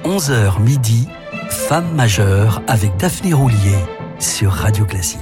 11h midi, Femme majeure avec Daphné Roulier sur Radio Classique.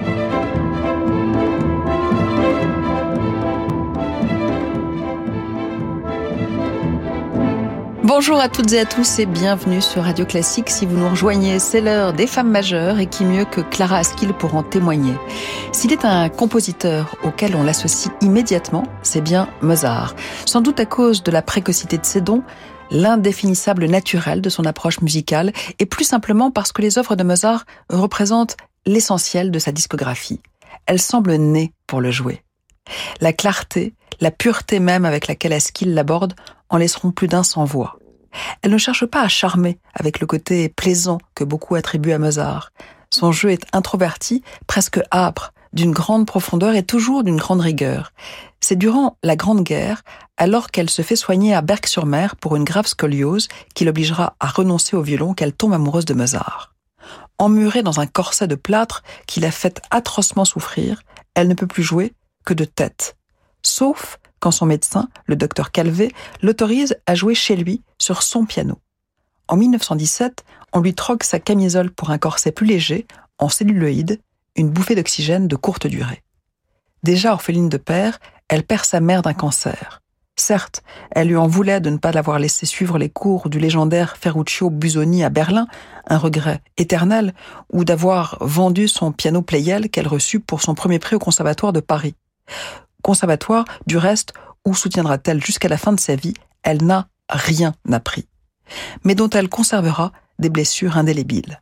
Bonjour à toutes et à tous et bienvenue sur Radio Classique. Si vous nous rejoignez, c'est l'heure des femmes majeures et qui mieux que Clara Askill pour en témoigner. S'il est un compositeur auquel on l'associe immédiatement, c'est bien Mozart. Sans doute à cause de la précocité de ses dons, l'indéfinissable naturel de son approche musicale et plus simplement parce que les œuvres de Mozart représentent l'essentiel de sa discographie. Elles semblent nées pour le jouer. La clarté, la pureté même avec laquelle Askill l'aborde en laisseront plus d'un sans voix. Elle ne cherche pas à charmer avec le côté plaisant que beaucoup attribuent à Mozart. Son jeu est introverti, presque âpre, d'une grande profondeur et toujours d'une grande rigueur. C'est durant la Grande Guerre, alors qu'elle se fait soigner à Berck-sur-Mer pour une grave scoliose qui l'obligera à renoncer au violon, qu'elle tombe amoureuse de Mozart. Emmurée dans un corset de plâtre qui la fait atrocement souffrir, elle ne peut plus jouer que de tête. Sauf quand son médecin, le docteur Calvé, l'autorise à jouer chez lui sur son piano. En 1917, on lui troque sa camisole pour un corset plus léger, en celluloïd, une bouffée d'oxygène de courte durée. Déjà orpheline de père, elle perd sa mère d'un cancer. Certes, elle lui en voulait de ne pas l'avoir laissé suivre les cours du légendaire Ferruccio Busoni à Berlin, un regret éternel, ou d'avoir vendu son piano Pleyel qu'elle reçut pour son premier prix au Conservatoire de Paris. Conservatoire, du reste, où soutiendra-t-elle jusqu'à la fin de sa vie, elle n'a rien appris, mais dont elle conservera des blessures indélébiles.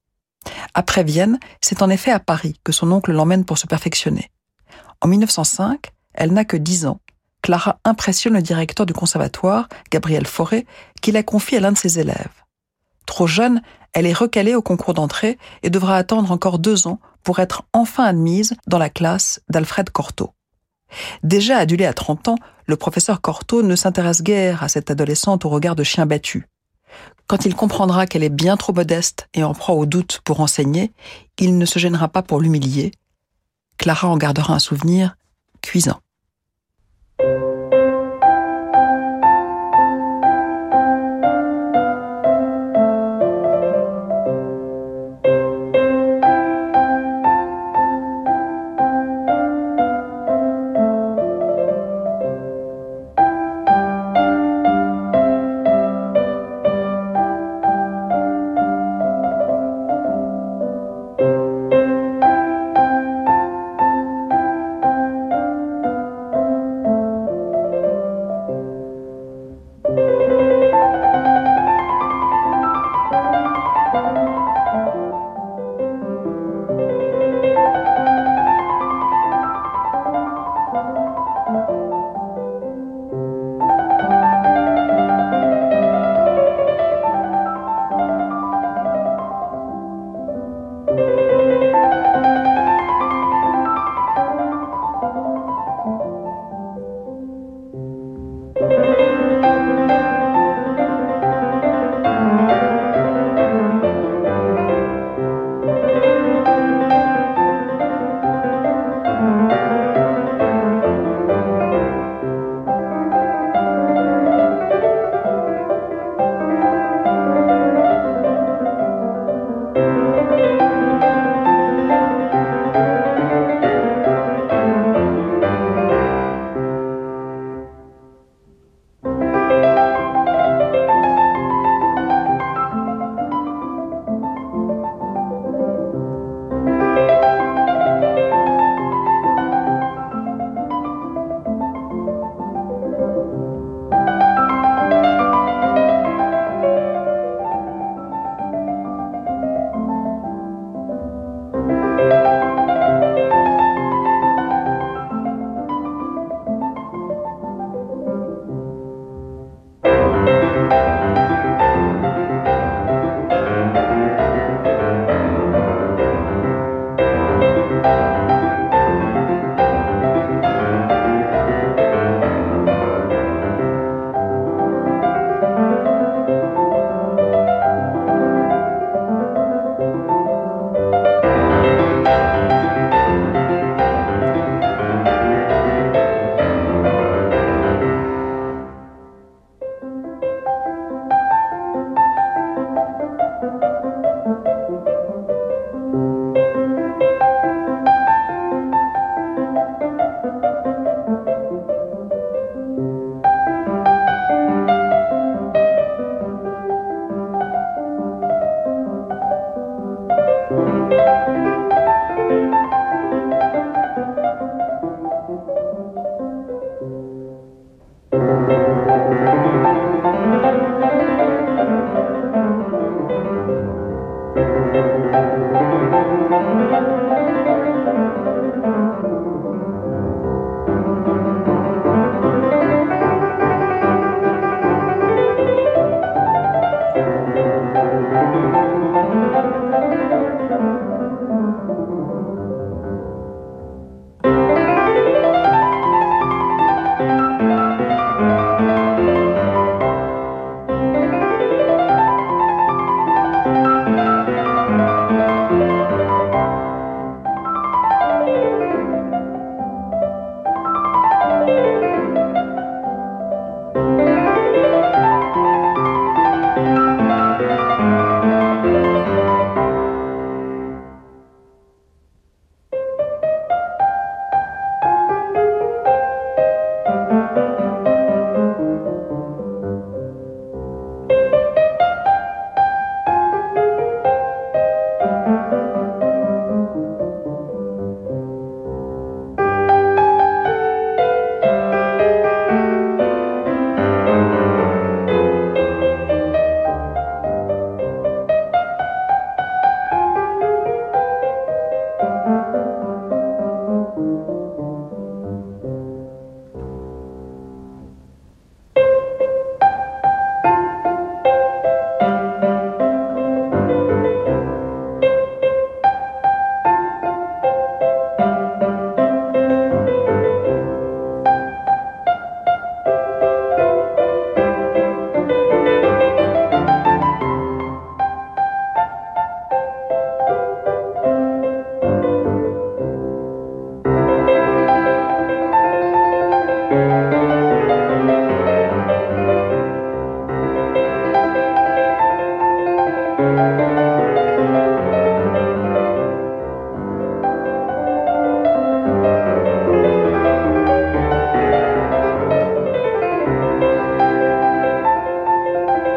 Après Vienne, c'est en effet à Paris que son oncle l'emmène pour se perfectionner. En 1905, elle n'a que 10 ans. Clara impressionne le directeur du conservatoire, Gabriel Fauré, qui la confie à l'un de ses élèves. Trop jeune, elle est recalée au concours d'entrée et devra attendre encore 2 ans pour être enfin admise dans la classe d'Alfred Cortot. Déjà adulé à 30 ans, le professeur Cortot ne s'intéresse guère à cette adolescente au regard de chien battu. Quand il comprendra qu'elle est bien trop modeste et en proie au doute pour enseigner, il ne se gênera pas pour l'humilier. Clara en gardera un souvenir cuisant.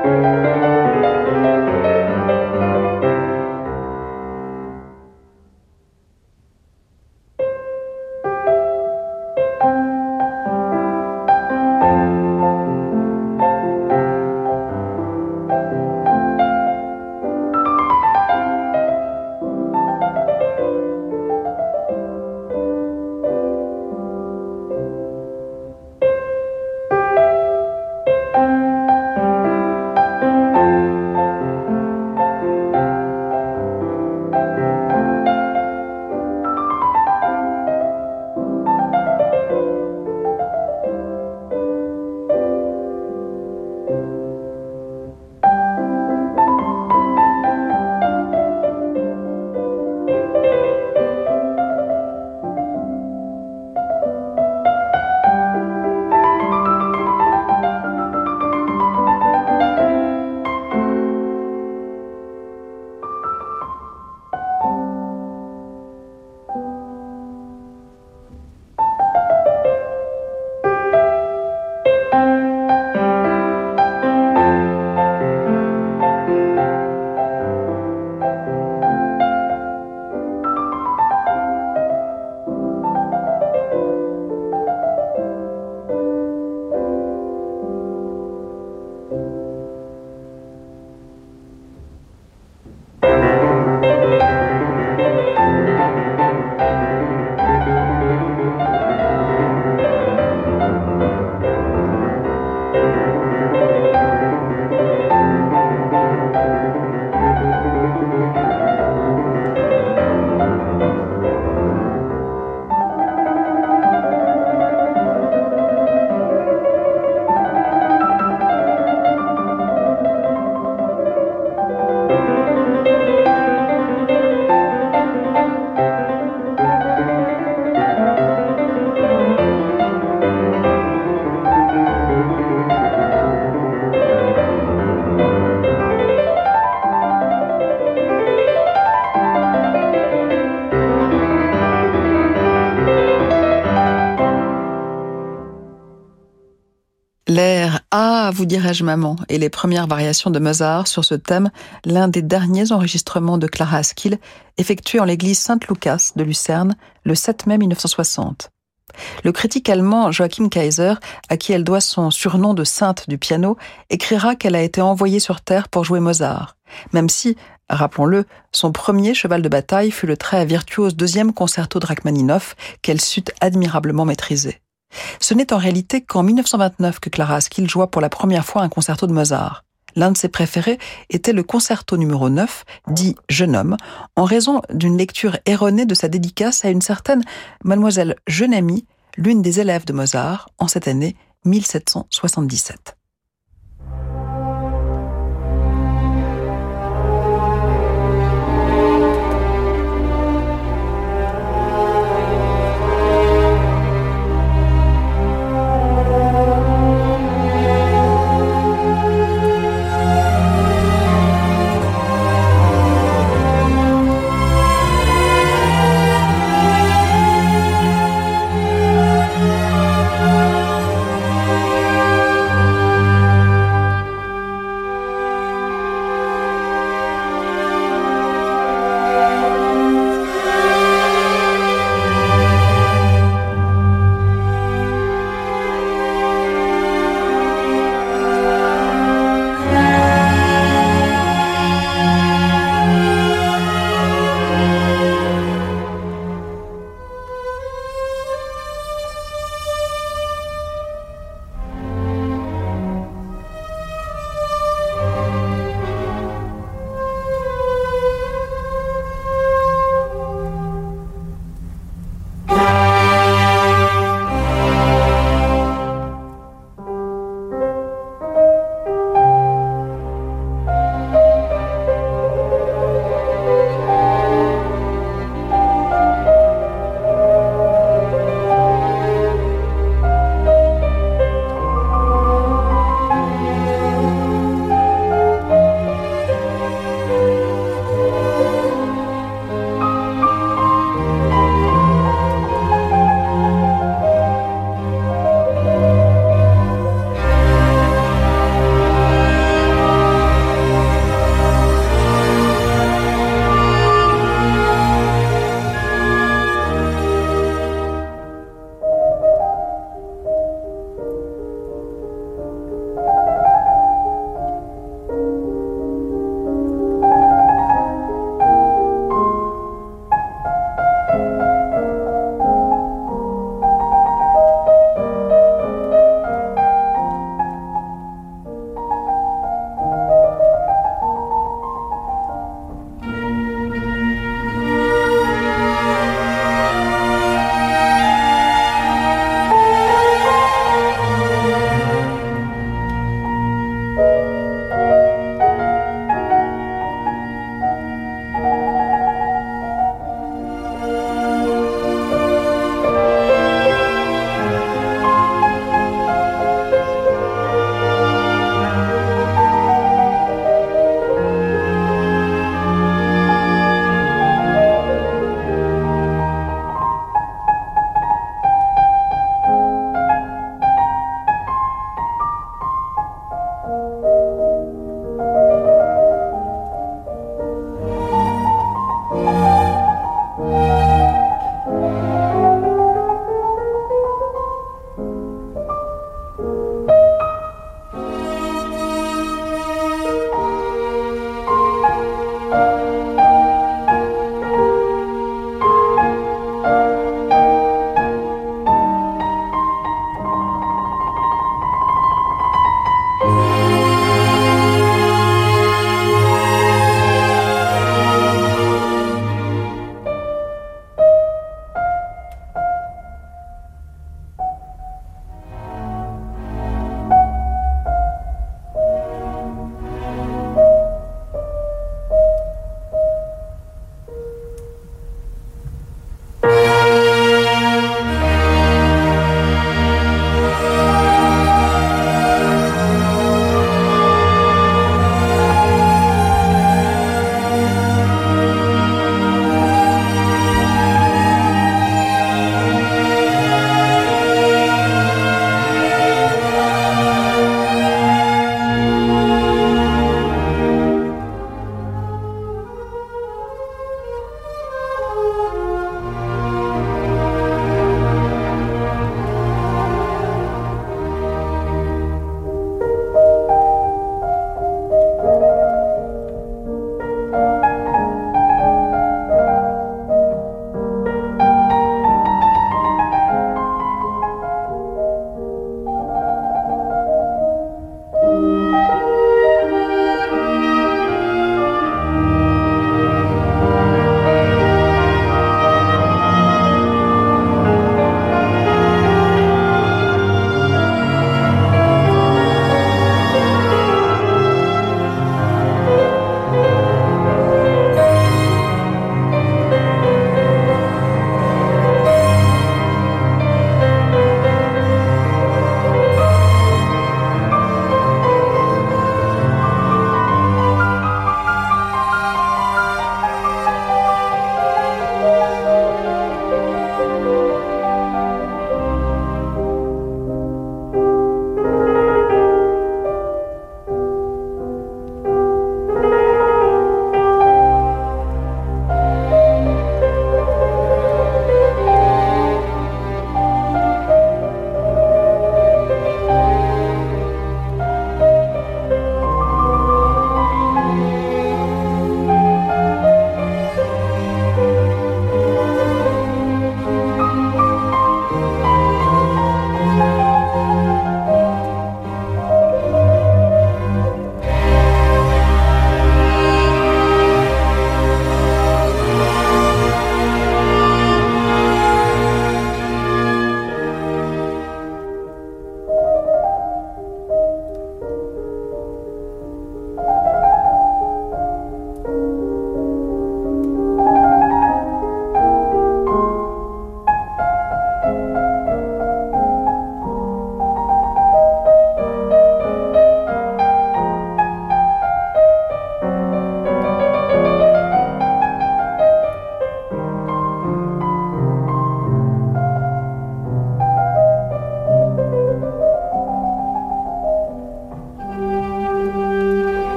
L'air « Ah, vous dirais-je maman » et les premières variations de Mozart sur ce thème, l'un des derniers enregistrements de Clara Askill, effectué en l'église Saint-Lucas de Lucerne le 7 mai 1960. Le critique allemand Joachim Kaiser, à qui elle doit son surnom de sainte du piano, écrira qu'elle a été envoyée sur Terre pour jouer Mozart, même si, rappelons-le, son premier cheval de bataille fut le très virtuose deuxième concerto de Rachmaninov qu'elle sut admirablement maîtriser. Ce n'est en réalité qu'en 1929 que Clara Askill joua pour la première fois un concerto de Mozart. L'un de ses préférés était le concerto numéro 9, dit « Jeune homme », en raison d'une lecture erronée de sa dédicace à une certaine mademoiselle Jeunamy, l'une des élèves de Mozart, en cette année 1777.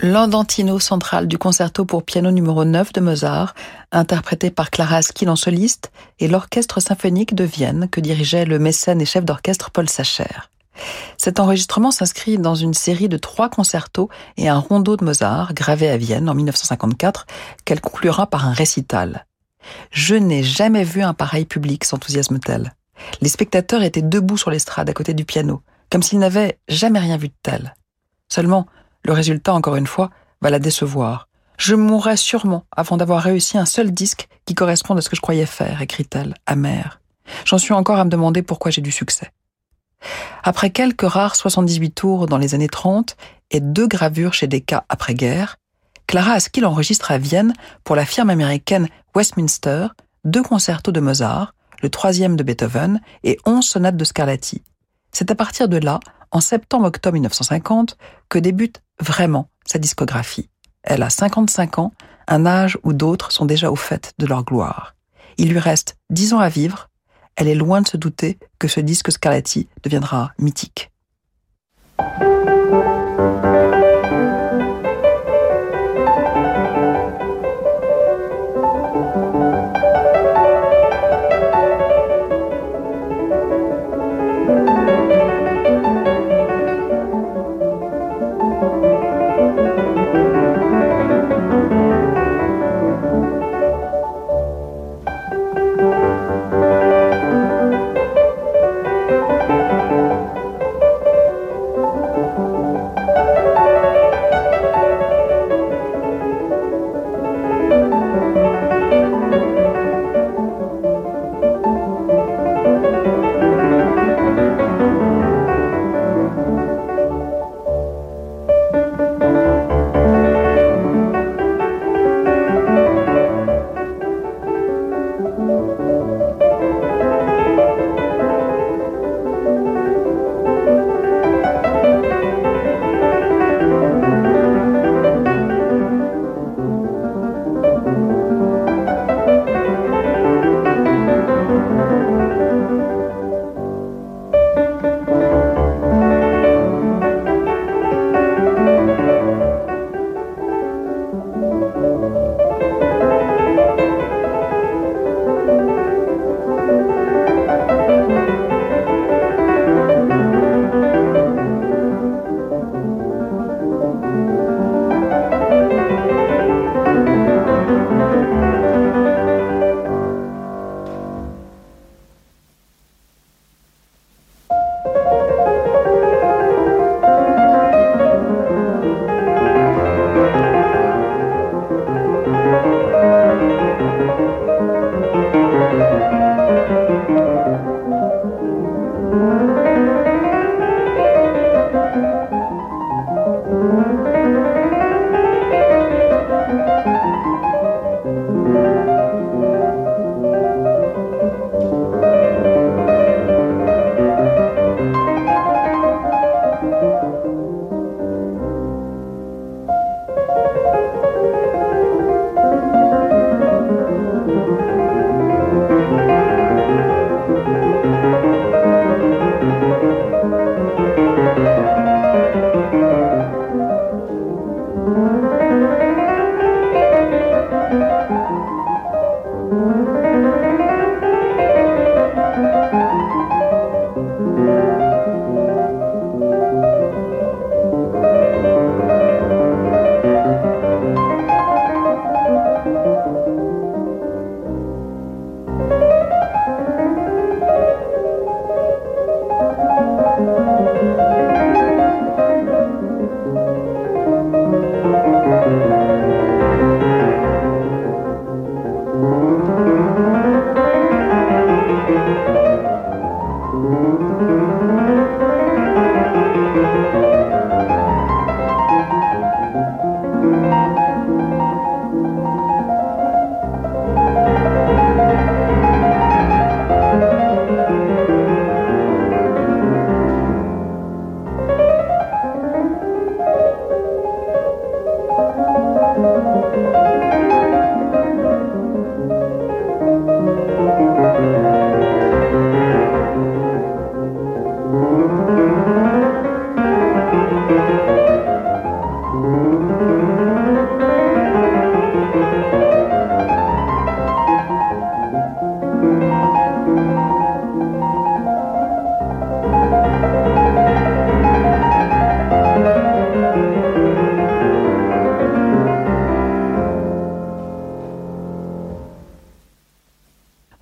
l'andantino central du concerto pour piano numéro 9 de Mozart, interprété par Clara Askill en soliste, et l'orchestre symphonique de Vienne que dirigeait le mécène et chef d'orchestre Paul Sacher. Cet enregistrement s'inscrit dans une série de 3 concertos et un rondo de Mozart, gravé à Vienne en 1954, qu'elle conclura par un récital. « Je n'ai jamais vu un pareil public », s'enthousiasme-t-elle. Les spectateurs étaient debout sur l'estrade à côté du piano, comme s'ils n'avaient jamais rien vu de tel. Seulement, le résultat, encore une fois, va la décevoir. « Je mourrai sûrement avant d'avoir réussi un seul disque qui corresponde à ce que je croyais faire », écrit-elle, amère. « J'en suis encore à me demander pourquoi j'ai du succès. » Après quelques rares 78 tours dans les années 30 et 2 gravures chez Decca après-guerre, Clara Askill enregistre à Vienne pour la firme américaine Westminster 2 concertos de Mozart, le 3e de Beethoven et 11 sonates de Scarlatti. C'est à partir de là, en septembre-octobre 1950, que débute vraiment sa discographie. Elle a 55 ans, un âge où d'autres sont déjà au fait de leur gloire. Il lui reste 10 ans à vivre. Elle est loin de se douter que ce disque Scarlatti deviendra mythique.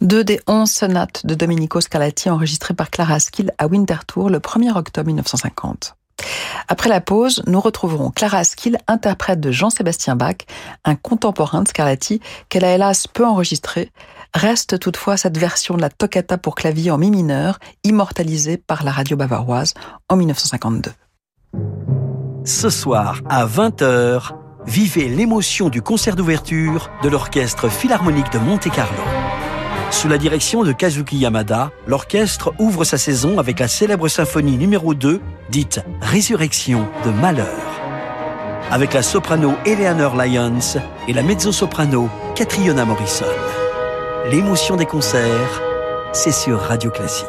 2 des 11 sonates de Domenico Scarlatti enregistrées par Clara Askill à Winterthur le 1er octobre 1950. Après la pause, nous retrouverons Clara Askill, interprète de Jean-Sébastien Bach, un contemporain de Scarlatti qu'elle a hélas peu enregistré. Reste toutefois cette version de la toccata pour clavier en mi mineur, immortalisée par la radio bavaroise en 1952. Ce soir à 20h, vivez l'émotion du concert d'ouverture de l'Orchestre Philharmonique de Monte-Carlo. Sous la direction de Kazuki Yamada, l'orchestre ouvre sa saison avec la célèbre symphonie numéro 2, dite Résurrection de Mahler. Avec la soprano Eleanor Lyons et la mezzo-soprano Catriona Morrison. L'émotion des concerts, c'est sur Radio Classique.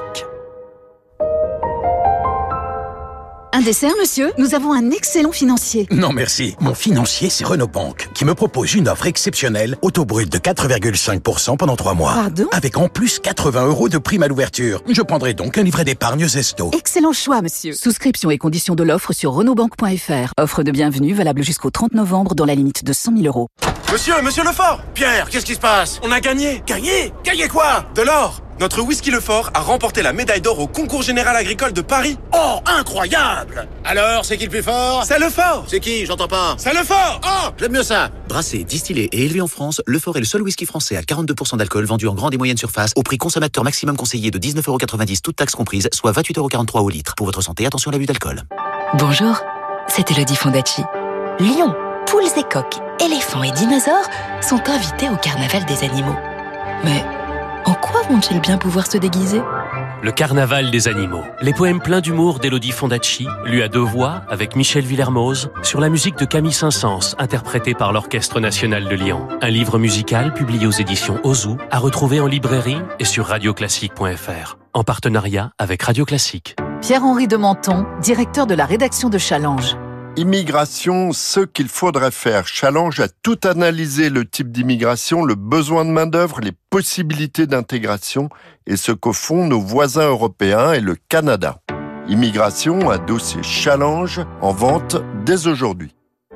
Un dessert, monsieur? Nous avons un excellent financier. Non, merci. Mon financier, c'est Renault Banque, qui me propose une offre exceptionnelle, auto brut de 4,5% pendant 3 mois. Pardon? Avec en plus 80 € de prime à l'ouverture. Je prendrai donc un livret d'épargne Zesto. Excellent choix, monsieur. Souscription et conditions de l'offre sur renaultbanque.fr. Offre de bienvenue valable jusqu'au 30 novembre dans la limite de 100 000 €. Monsieur Lefort! Pierre, qu'est-ce qui se passe? On a gagné! Gagné? Gagné quoi? De l'or! Notre whisky Lefort a remporté la médaille d'or au concours général agricole de Paris. Oh, incroyable! Alors, c'est qui le plus fort? C'est Lefort! C'est qui? J'entends pas. C'est Lefort! Oh, j'aime mieux ça. Brassé, distillé et élevé en France, Lefort est le seul whisky français à 42% d'alcool vendu en grande et moyenne surface au prix consommateur maximum conseillé de 19,90 € toutes taxes comprises, soit 28,43 € au litre. Pour votre santé, attention à l'abus d'alcool. Bonjour, c'est Elodie Fondacci. Lions, poules et coqs, éléphants et dinosaures sont invités au carnaval des animaux. Mais en quoi vont-ils bien pouvoir se déguiser? Le carnaval des animaux. Les poèmes pleins d'humour d'Elodie Fondacci, lus à 2 voix avec Michel Villermoz, sur la musique de Camille Saint-Saëns, interprétée par l'Orchestre National de Lyon. Un livre musical publié aux éditions Ozu, à retrouver en librairie et sur radioclassique.fr, en partenariat avec Radio Classique. Pierre-Henri de Menton, directeur de la rédaction de Challenge. Immigration, ce qu'il faudrait faire. Challenge a tout analysé, le type d'immigration, le besoin de main-d'œuvre, les possibilités d'intégration et ce qu'au fond nos voisins européens et le Canada. Immigration, un dossier Challenge en vente dès aujourd'hui.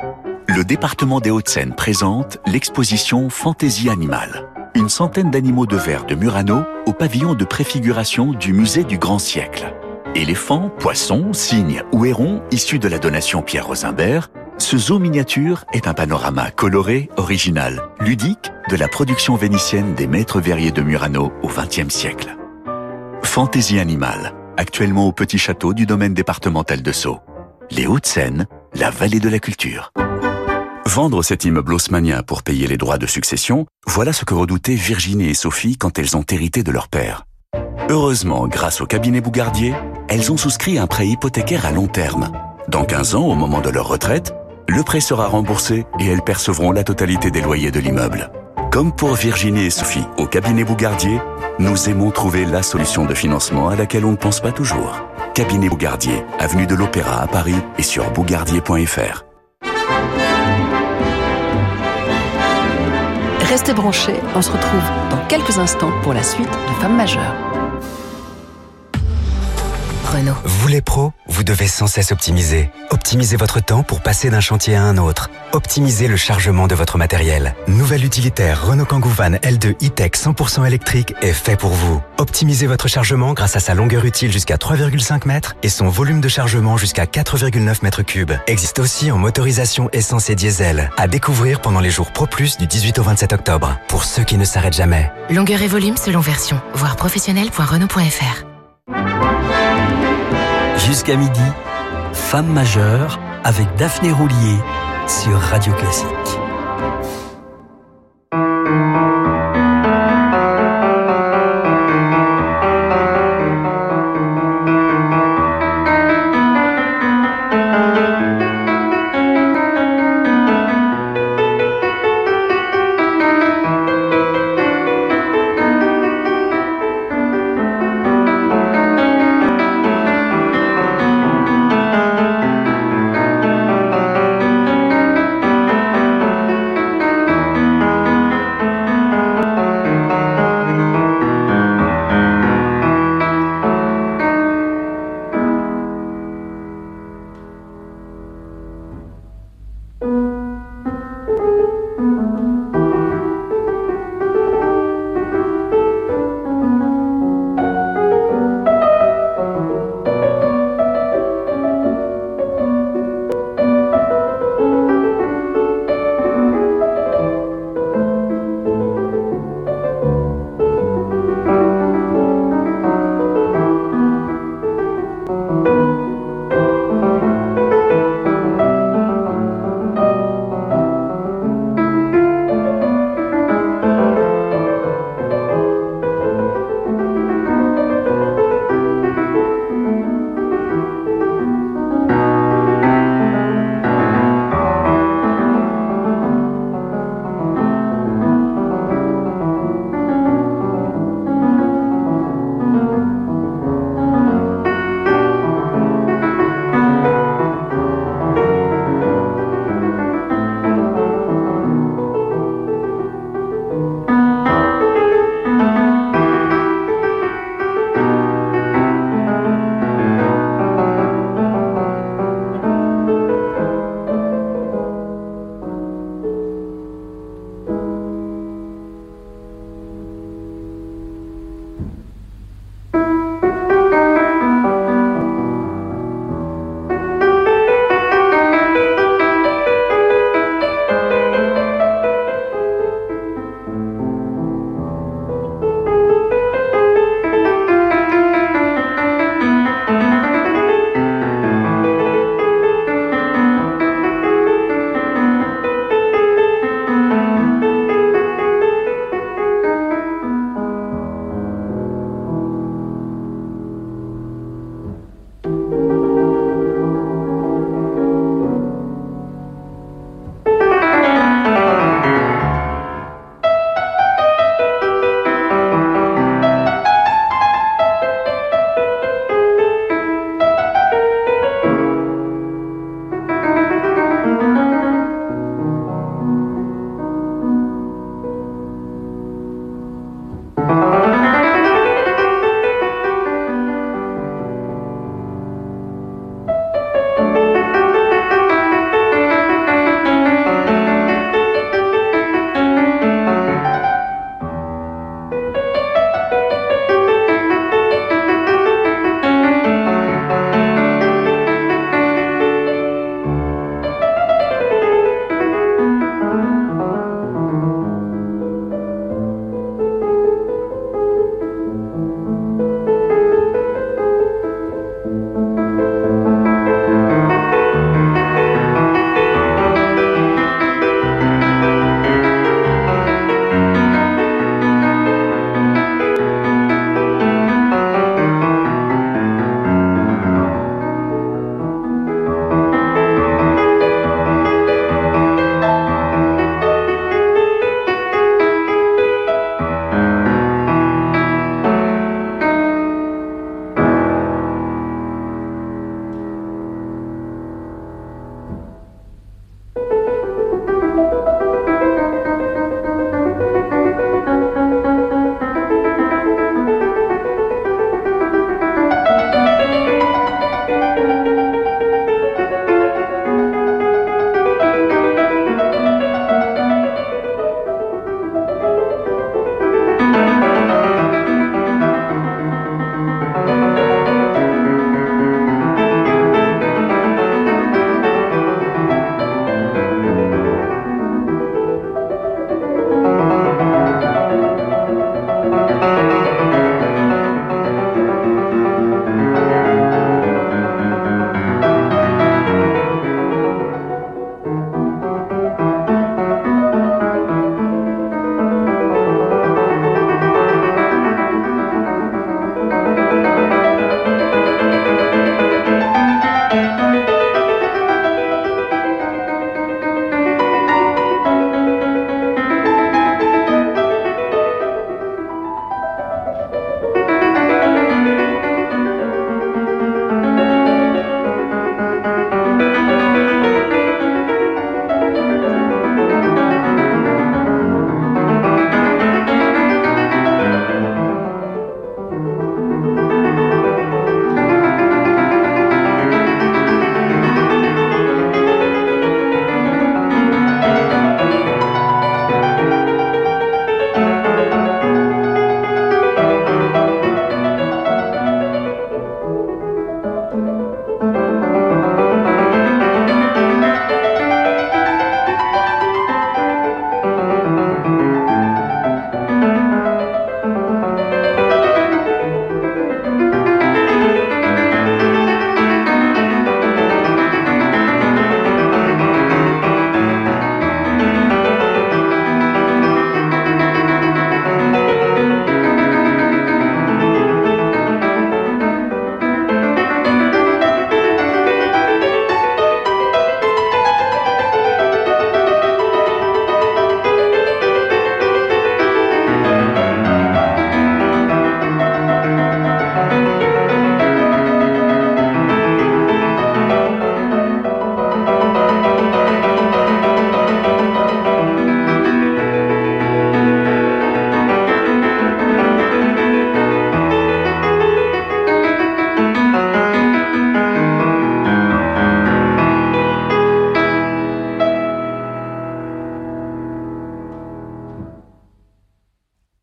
Le département des Hauts-de-Seine présente l'exposition Fantaisie animale. Une centaine d'animaux de verre de Murano au pavillon de préfiguration du musée du Grand Siècle. Éléphants, poissons, cygnes ou hérons issus de la donation Pierre Rosimbert, ce zoo miniature est un panorama coloré, original, ludique de la production vénitienne des maîtres verriers de Murano au XXe siècle. Fantaisie animale, actuellement au petit château du domaine départemental de Sceaux. Les Hauts-de-Seine, la vallée de la culture. Vendre cet immeuble haussmannien pour payer les droits de succession, voilà ce que redoutaient Virginie et Sophie quand elles ont hérité de leur père. Heureusement, grâce au cabinet Bougardier, elles ont souscrit un prêt hypothécaire à long terme. Dans 15 ans, au moment de leur retraite, le prêt sera remboursé et elles percevront la totalité des loyers de l'immeuble. Comme pour Virginie et Sophie, au cabinet Bougardier, nous aimons trouver la solution de financement à laquelle on ne pense pas toujours. Cabinet Bougardier, avenue de l'Opéra à Paris et sur bougardier.fr. Restez branchés, on se retrouve dans quelques instants pour la suite de Femmes majeures. Renault. Vous les pros, vous devez sans cesse optimiser. Optimisez votre temps pour passer d'un chantier à un autre. Optimisez le chargement de votre matériel. Nouvel utilitaire Renault Kangoo Van L2 E-Tech 100% électrique est fait pour vous. Optimisez votre chargement grâce à sa longueur utile jusqu'à 3,5 mètres et son volume de chargement jusqu'à 4,9 mètres cubes. Existe aussi en motorisation essence et diesel. À découvrir pendant les jours Pro Plus du 18 au 27 octobre. Pour ceux qui ne s'arrêtent jamais. Longueur et volume selon version. Voir professionnel.renault.fr. Jusqu'à midi, Femmes majeures avec Daphné Roulier sur Radio Classique.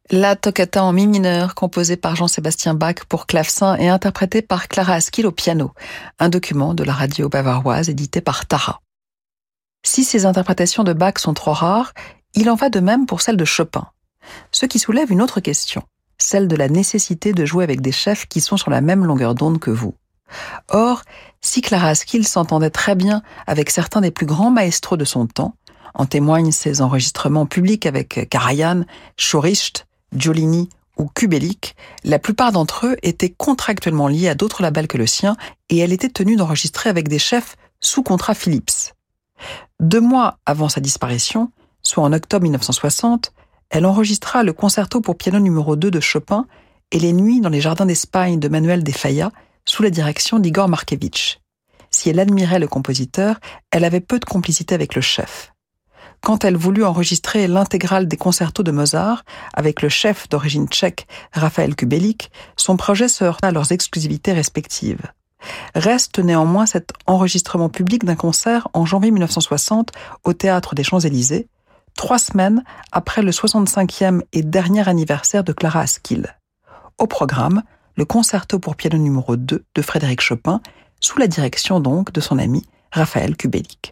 La toccata en mi mineur, composée par Jean-Sébastien Bach pour clavecin et interprétée par Clara Askill au piano, un document de la radio bavaroise édité par Tara. Si ces interprétations de Bach sont trop rares, il en va de même pour celles de Chopin. Ce qui soulève une autre question, celle de la nécessité de jouer avec des chefs qui sont sur la même longueur d'onde que vous. Or, si Clara Askill s'entendait très bien avec certains des plus grands maestros de son temps, en témoignent ses enregistrements publics avec Karajan, Shorish, Giolini ou Kubelik, la plupart d'entre eux étaient contractuellement liés à d'autres labels que le sien et elle était tenue d'enregistrer avec des chefs sous contrat Philips. 2 mois avant sa disparition, soit en octobre 1960, elle enregistra le concerto pour piano numéro 2 de Chopin et les nuits dans les jardins d'Espagne de Manuel de Falla sous la direction d'Igor Markevitch. Si elle admirait le compositeur, elle avait peu de complicité avec le chef. Quand elle voulut enregistrer l'intégrale des concertos de Mozart avec le chef d'origine tchèque Raphaël Kubelik, son projet se heurta à leurs exclusivités respectives. Reste néanmoins cet enregistrement public d'un concert en janvier 1960 au Théâtre des Champs-Élysées, 3 semaines après le 65e et dernier anniversaire de Clara Askill. Au programme, le concerto pour piano numéro 2 de Frédéric Chopin, sous la direction donc de son ami Raphaël Kubelik.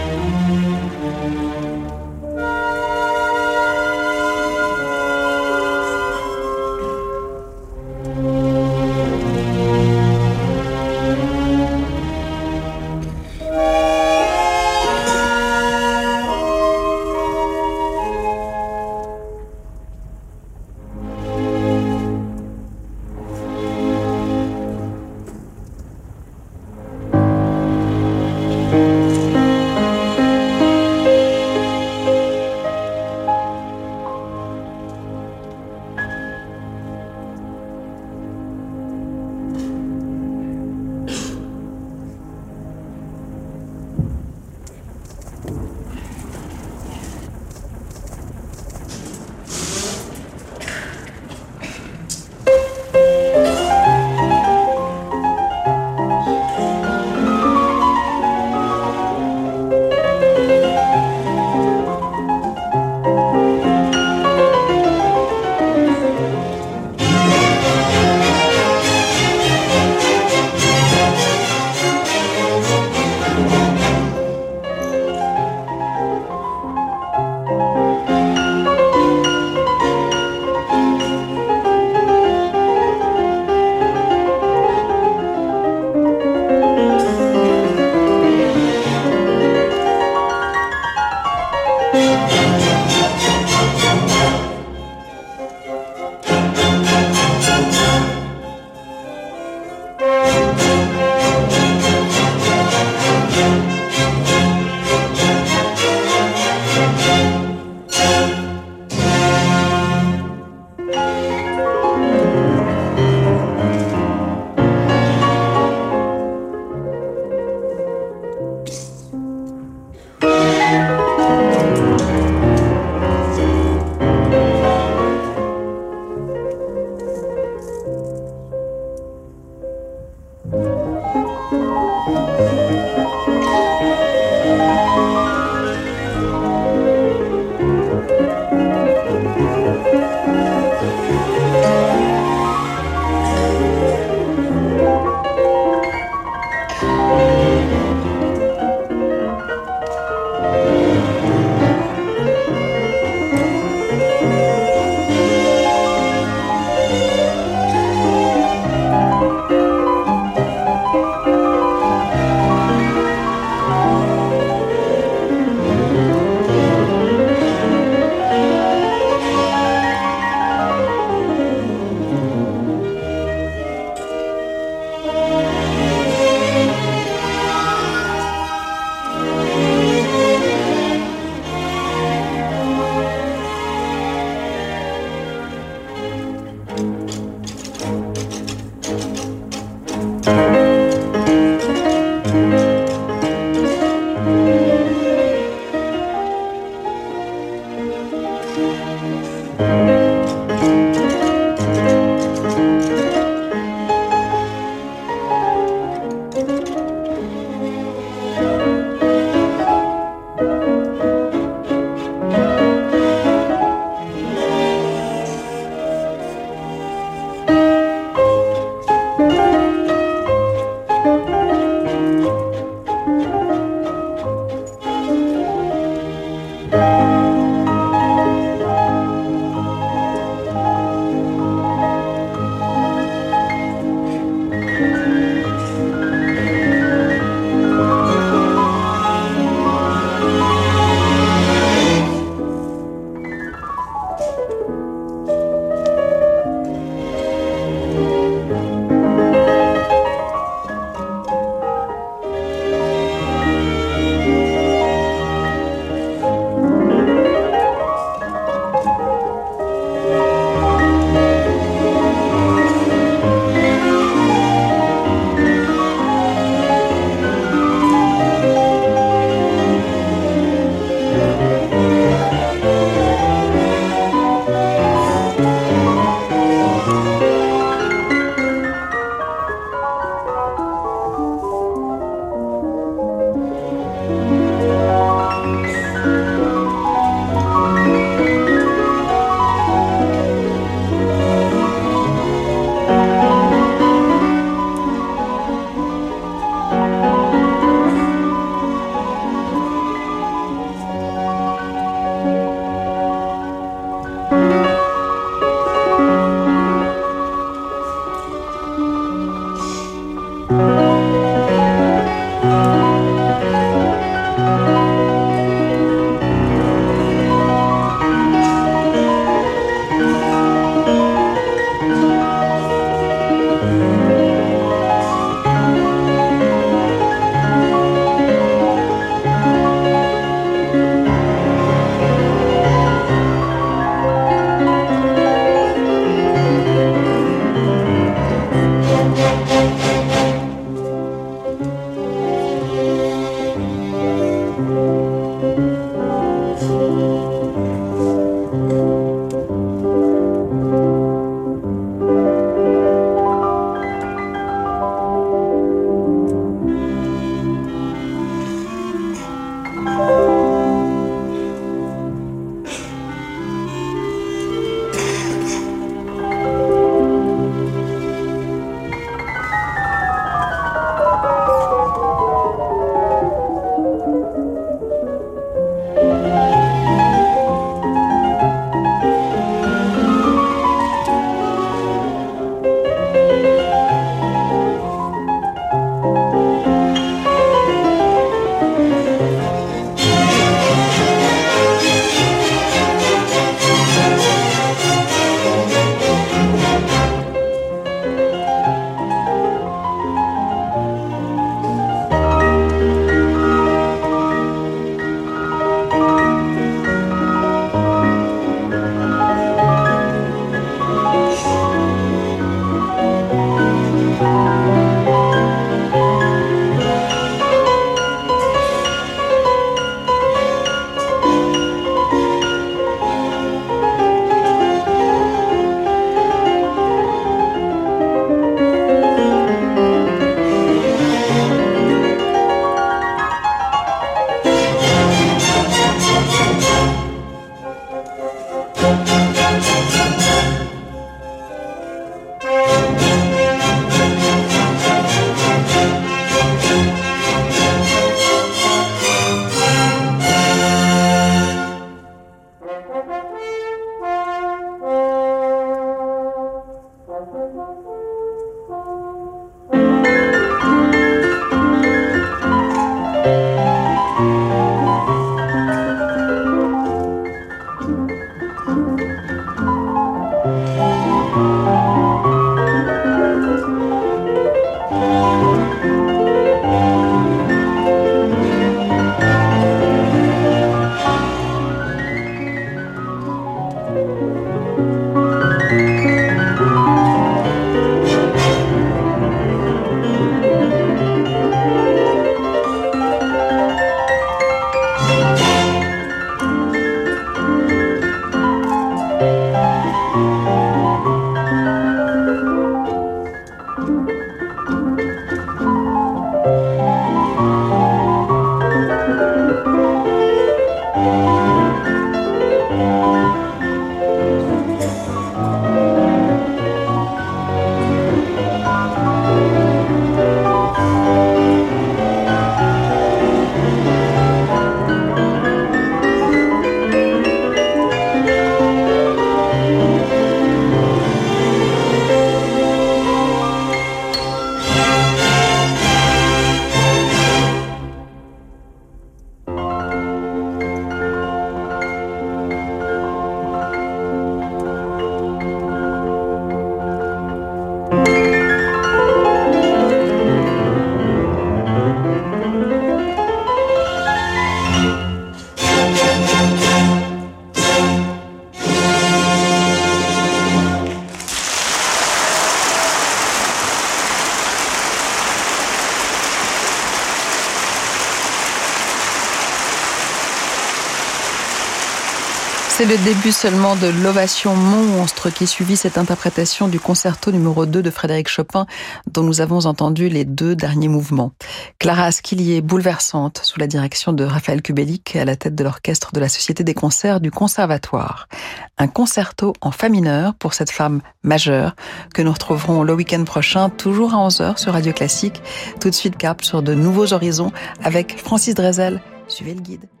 C'est le début seulement de l'ovation monstre qui suivit cette interprétation du concerto numéro 2 de Frédéric Chopin dont nous avons entendu les 2 derniers mouvements. Clara Asquili est bouleversante sous la direction de Raphaël Kubelik à la tête de l'orchestre de la Société des concerts du Conservatoire. Un concerto en fa mineur pour cette femme majeure que nous retrouverons le week-end prochain, toujours à 11h sur Radio Classique. Tout de suite cap sur de nouveaux horizons avec Francis Drezel. Suivez le guide.